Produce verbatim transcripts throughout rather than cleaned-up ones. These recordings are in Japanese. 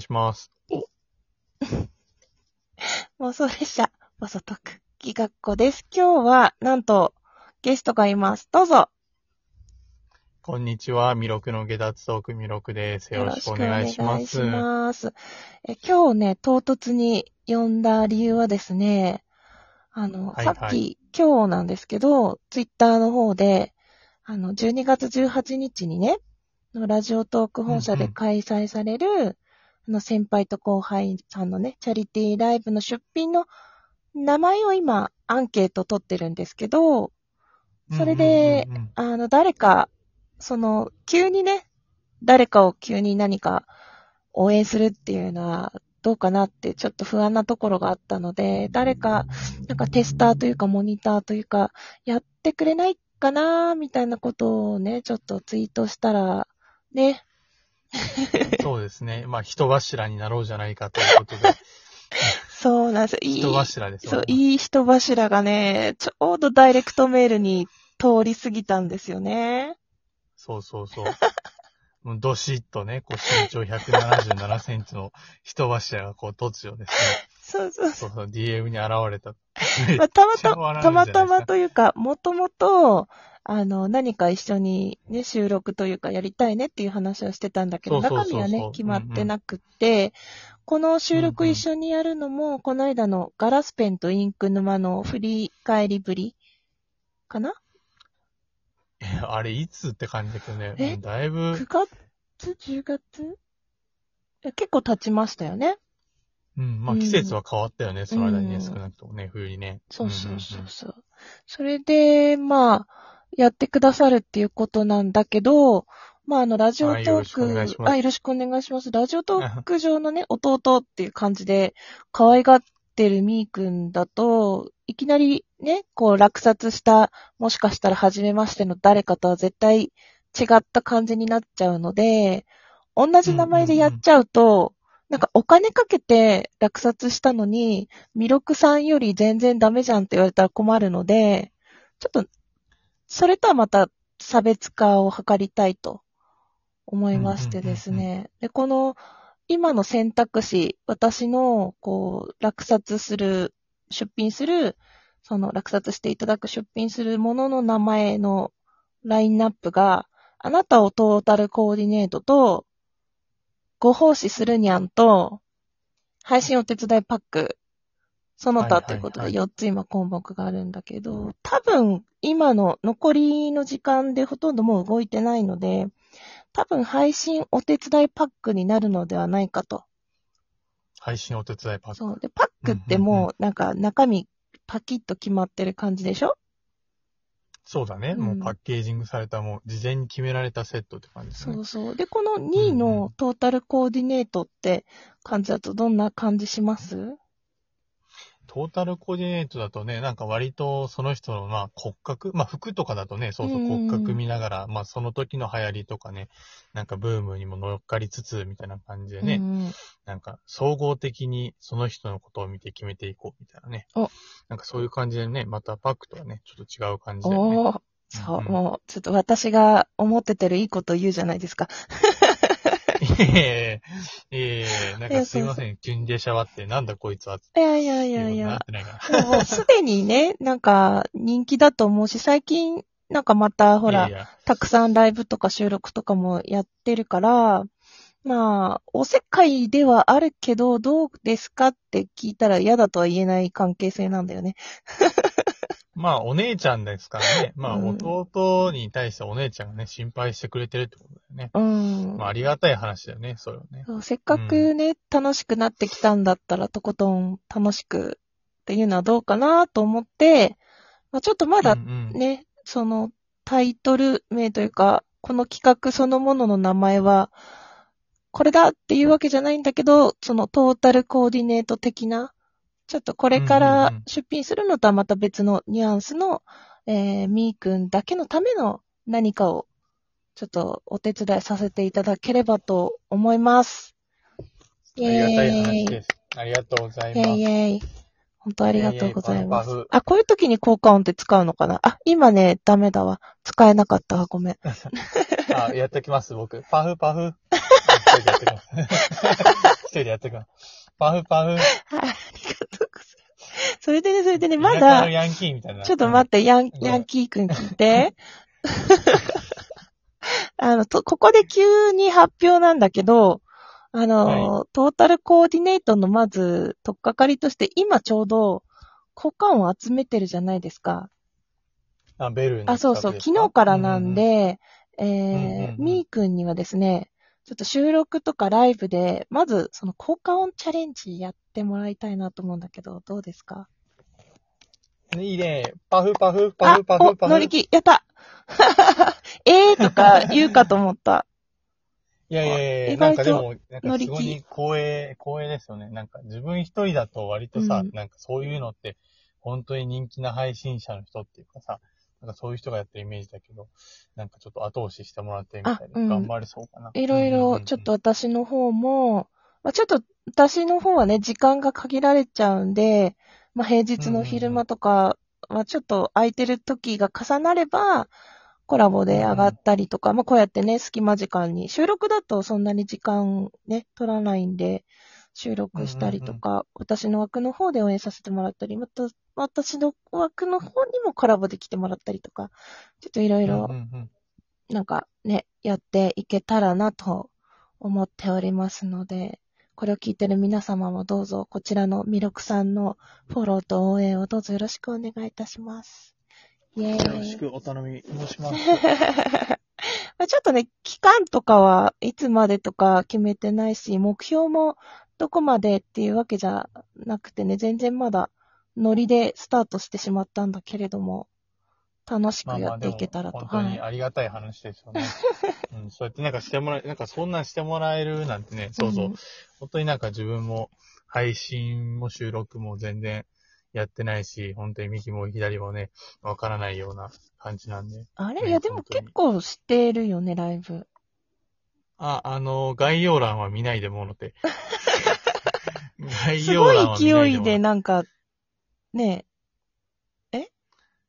します。お妄想列車、ボソトク、ギガッコです。今日は、なんと、ゲストがいます。どうぞ。 こんにちは。ミロクの下脱トークミロクです。よろしくお願いします。 よろしくお願いします。え今日ね、唐突に呼んだ理由はですね、あの、 はいはい、 さっき、今日なんですけど、ツイッターの方で、あの、じゅうにがつじゅうはちにちにね、ラジオトーク本社で開催される、うんうん、あの、先輩と後輩さんのね、チャリティーライブの出品の名前を今、アンケート取ってるんですけど、それで、うんうんうんうん、あの、誰か、その、急にね、誰かを急に何か応援するっていうのはどうかなってちょっと不安なところがあったので、誰か、なんかテスターというかモニターというか、やってくれないかなみたいなことをね、ちょっとツイートしたら、ね。 そうですね。まあ、人柱になろうじゃないかということで。 そうなんですよ。いい人柱ですよ。 そう、いい人柱がね、ちょうどダイレクトメールに通り過ぎたんですよね。 そうそうそう。もうどしっとね、こう身長ひゃくななじゅうななセンチの人柱がこう突如ですね。 そうそうそうそう、ディーエム に現れた。 まあ、たまたま、たまたまというか、もともと、あの、何か一緒にね、収録というかやりたいねっていう話をしてたんだけど、中身はね、決まってなくって、うんうん、この収録一緒にやるのも、うんうん、この間のガラスペンとインク沼の振り返りぶりかな？ え、あれいつって感じだけどね、 え、 もうだいぶ。 くがつ じゅうがつ結構経ちましたよね。 うん。まあ季節は変わったよね、うん、その間にね、 うん、 少なくともね、冬にね。 そうそうそうそう。うんうんうん、それで、まあ、やってくださるっていうことなんだけど、まああの、ラジオトーク、はい、よろしくお願いします。あ、よろしくお願いします。ラジオトーク上のね、弟っていう感じで、可愛がってるみーくんだと、いきなりね、こう落札した、もしかしたら初めましての誰かとは絶対違った感じになっちゃうので、同じ名前でやっちゃうと、うんうんうん、なんかお金かけて落札したのに、ミロクさんより全然ダメじゃんって言われたら困るので、ちょっと、それとはまた差別化を図りたいと思いましてですね。うんうんうんうん、で、この今の選択肢、私のこう落札する、出品する、その落札していただく出品するものの名前のラインナップが、あなたをトータルコーディネートと、ご奉仕するにゃんと、配信お手伝いパック、その他ということでよっつ今項目があるんだけど、多分今の残りの時間でほとんどもう動いてないので、多分配信お手伝いパックになるのではないかと。 配信お手伝いパック。 そう。で、パックってもうなんか中身パキッと決まってる感じでしょ？ そうだね、うん。もうパッケージングされたもう事前に決められたセットって感じですね。 そうそう。で、このにいのトータルコーディネートって感じだとどんな感じします？ トータルコーディネートだとね、なんか割とその人のまあ骨格、まあ服とかだとね、そうそう骨格見ながら、まあその時の流行りとかね、なんかブームにも乗っかりつつみたいな感じでね、うんうん、なんか総合的にその人のことを見て決めていこうみたいなね。なんかそういう感じでね、またパックとはね、ちょっと違う感じだよね。 おー、そう、うんうん、もうちょっと私が思っててるいいこと言うじゃないですか。 いえいえ、なんかすいません、急に出しゃばって、なんだこいつは。 いやいやいやいや。もうすでにね、なんか人気だと思うし、最近なんかまたほら、いやいやたくさんライブとか収録とかもやってるから、まあ、おせっかいではあるけど、どうですかって聞いたら嫌だとは言えない関係性なんだよね。 まあ、お姉ちゃんですからね。まあ、弟に対してお姉ちゃんがね、心配してくれてるってことだよね。うん。まあ、ありがたい話だよね、それはね。 せっかくね、うん、楽しくなってきたんだったら、とことん楽しくっていうのはどうかなと思って、まあ、ちょっとまだね、うんうん、そのタイトル名というか、この企画そのものの名前は、これだっていうわけじゃないんだけど、そのトータルコーディネート的な、ちょっとこれから出品するのとはまた別のニュアンスの、えー、みーくんだけのための何かをちょっとお手伝いさせていただければと思います。 ありがたい話です。ありがとうございます。 イェイイェイ。本当ありがとうございます。パフパフあ、こういう時に効果音って使うのかな？あ、今ね、ダメだわ。使えなかったわ。ごめん。 あ、やっときます、僕。パフパフ。 人でやってくます。一人でやってくます。パフパフ。 はい、ありがとうございます。それでね、それでね、まだ、 田舎のヤンキーみたいな。 ちょっと待って、ヤン、ヤンキーくん聞いて。あの、と、ここで急に発表なんだけど、あの、はい、トータルコーディネートのまず、とっかかりとして、今ちょうど、交換を集めてるじゃないですか。 あ、ベルのあ、そうそう、昨日からなんで、うんうんうん、えー、 うんうんうん、 みーくんにはですね、ちょっと収録とかライブで、まず、その効果音チャレンジやってもらいたいなと思うんだけど、どうですか？ いいね。パフパフ、パフパフ、パフ。 乗り気、やったえーとか言うかと思った。 いやいやいや、なんかでも、なんかすごい光栄、光栄ですよね。なんか自分一人だと割とさ、うん、なんかそういうのって、本当に人気な配信者の人っていうかさ、なんかそういう人がやってるイメージだけど、なんかちょっと後押ししてもらってみたいで、頑張れそうかな。 いろいろ、ちょっと私の方も、まあ、ちょっと私の方はね、時間が限られちゃうんで、まあ、平日の昼間とか、まあ、ちょっと空いてる時が重なれば、コラボで上がったりとか、うん、まあ、こうやってね、隙間時間に、収録だとそんなに時間ね、取らないんで、収録したりとか、うんうんうん、私の枠の方で応援させてもらったり、また、私の枠の方にもコラボで来てもらったりとか、ちょっといろいろ、なんかね、やっていけたらなと思っておりますので、これを聞いてる皆様もどうぞ、こちらのミロクさんのフォローと応援をどうぞよろしくお願いいたします。イェーイ。 よろしくお頼み申します。 ちょっとね、期間とかはいつまでとか決めてないし、目標もどこまでっていうわけじゃなくてね、全然まだノリでスタートしてしまったんだけれども、楽しくやっていけたらと。 まあまあでも本当にありがたい話ですよね。はいうん、そうやってなんかしてもらえ、なんかそんなんしてもらえるなんてね、そうそう。うん、本当になんか自分も配信も収録も全然やってないし、本当に右も左もね、わからないような感じなんで。 あれ、ね、いやでも結構してるよね、ライブ。 あ、あの、概要欄は見ないでもので。概要欄は見ないでもの。 すごい勢いでなんか、ねえ、え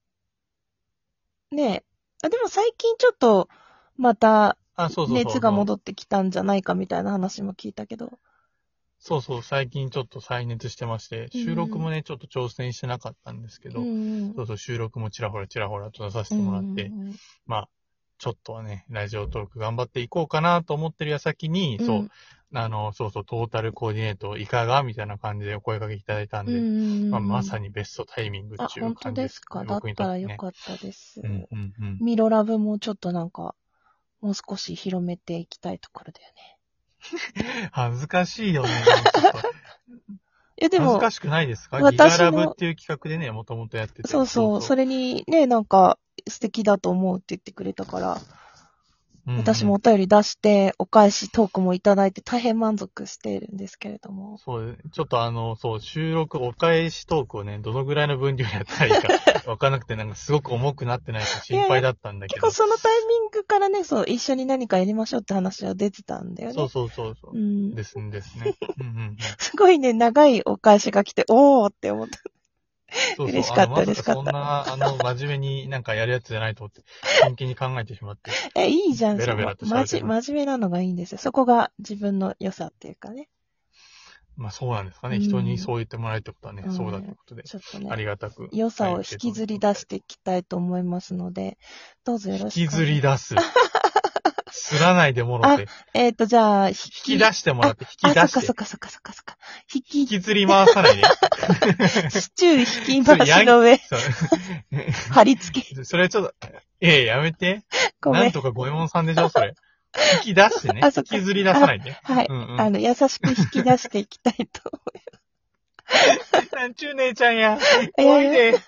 ねえ。あ、でも最近ちょっと、また、熱が戻ってきたんじゃないかみたいな話も聞いたけど。 そうそう、最近ちょっと再熱してまして、収録もね、うん、ちょっと挑戦してなかったんですけど、うん、そうそう、収録もちらほらちらほらと出させてもらって、うん、まあ、ちょっとはね、ラジオトーク頑張っていこうかなと思ってる矢先に、うん、そう、あの、そうそう、トータルコーディネートいかがみたいな感じでお声掛けいただいたんで、うんまあ、まさにベストタイミングっていう感じです、ね。 あ、本当ですか。だったらよかったです。 うんうんうん、 ミロラブもちょっとなんか、もう少し広めていきたいところだよね。 恥ずかしいよね。 いやでも、 恥ずかしくないですか？ギガラブっていう企画でね、もともとやってて。 そうそう、そうそうそれにね、なんか素敵だと思うって言ってくれたから、うんうん、私もお便り出して、お返しトークもいただいて大変満足しているんですけれども。 そう、ちょっとあの、そう、収録、お返しトークをね、どのぐらいの分量やったらいいかわかんなくて、なんかすごく重くなってないか心配だったんだけど。 結構そのタイミングからね、そう、一緒に何かやりましょうって話は出てたんだよね。 そうそうそうそう。うん、ですね、ですね。うんうんうん、 すごいね、長いお返しが来て、おーって思った。 そうそう嬉しかった、嬉しかった。 そんな、あの、真面目になんかやるやつじゃないと思って、真剣に考えてしまって。 え、いいじゃん、 ベラベラとまじ、真面目なのがいいんですよ。そこが自分の良さっていうかね。 まあそうなんですかね。うん、人にそう言ってもらえるってことはね、うん、そうだということで。 ちょっとね。 ありがたく。 良さを引きずり出していきたいと思いますので、どうぞよろしく。 引きずり出す。すらないでもろて。 えっ、ー、と、じゃあ、 引き出してもらって、引き出して。 あ、そっかそっかそっかそっか。 引き、引きずり回さないで。 シチュー引き回しの上。貼り付け。 それちょっと、ええ、やめて。ごめん。なんとか五右衛門さんでしょ、それ。引き出してね。引きずり出さないで。 はい、うんうん。あの、優しく引き出していきたいと思います。なんちゅう姉ちゃんや。怖いで。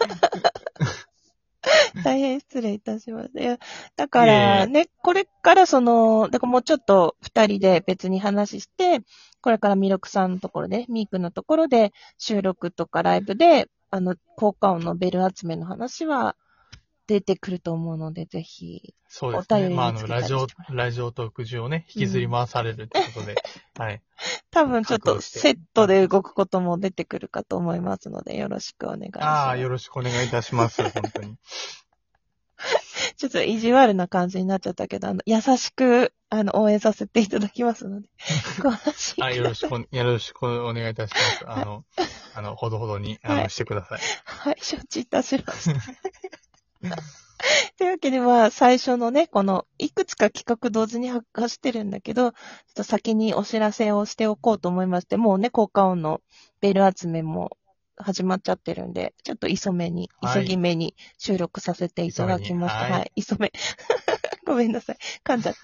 大変失礼いたしました。だからね、これからその、だからもうちょっと二人で別に話して、これからミロクさんのところで、ミークのところで収録とかライブで、あの、効果音のベル集めの話は出てくると思うので、ぜひ、 そうですね。まあ、あの、ラジオ、ラジオトーク上をね、引きずり回されるってことで、うん、はい。 多分ちょっとセットで動くことも出てくるかと思いますので、よろしくお願いします。 ああ、よろしくお願いいたします。本当に。 ちょっと意地悪な感じになっちゃったけど、あの、優しく、あの、応援させていただきますので、ご安心はい、よろしく、よろしくお願いいたします。あの、あの、ほどほどに、あの、 はいしてください。 はい、承知いたしました。というわけで、まあ、最初のね、この、いくつか企画同時に走ってるんだけど、ちょっと先にお知らせをしておこうと思いまして、もうね、効果音のベル集めも始まっちゃってるんで、ちょっと急めに、 はい、 急ぎめに収録させていただきました。 急めに、 は、 はいい。 急め。ごめんなさい。噛んじゃった。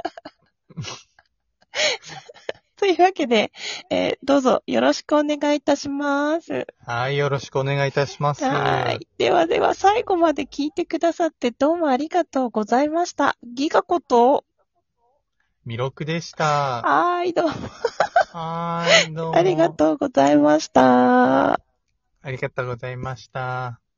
というわけで、えーどうぞよろしくお願いいたします。 はい、よろしくお願いいたします。 はい。ではでは、最後まで聞いてくださってどうもありがとうございました。ギガこと、 弥勒でした。 はーい、どうもはーい、どうも。 ありがとうございました。 ありがとうございました。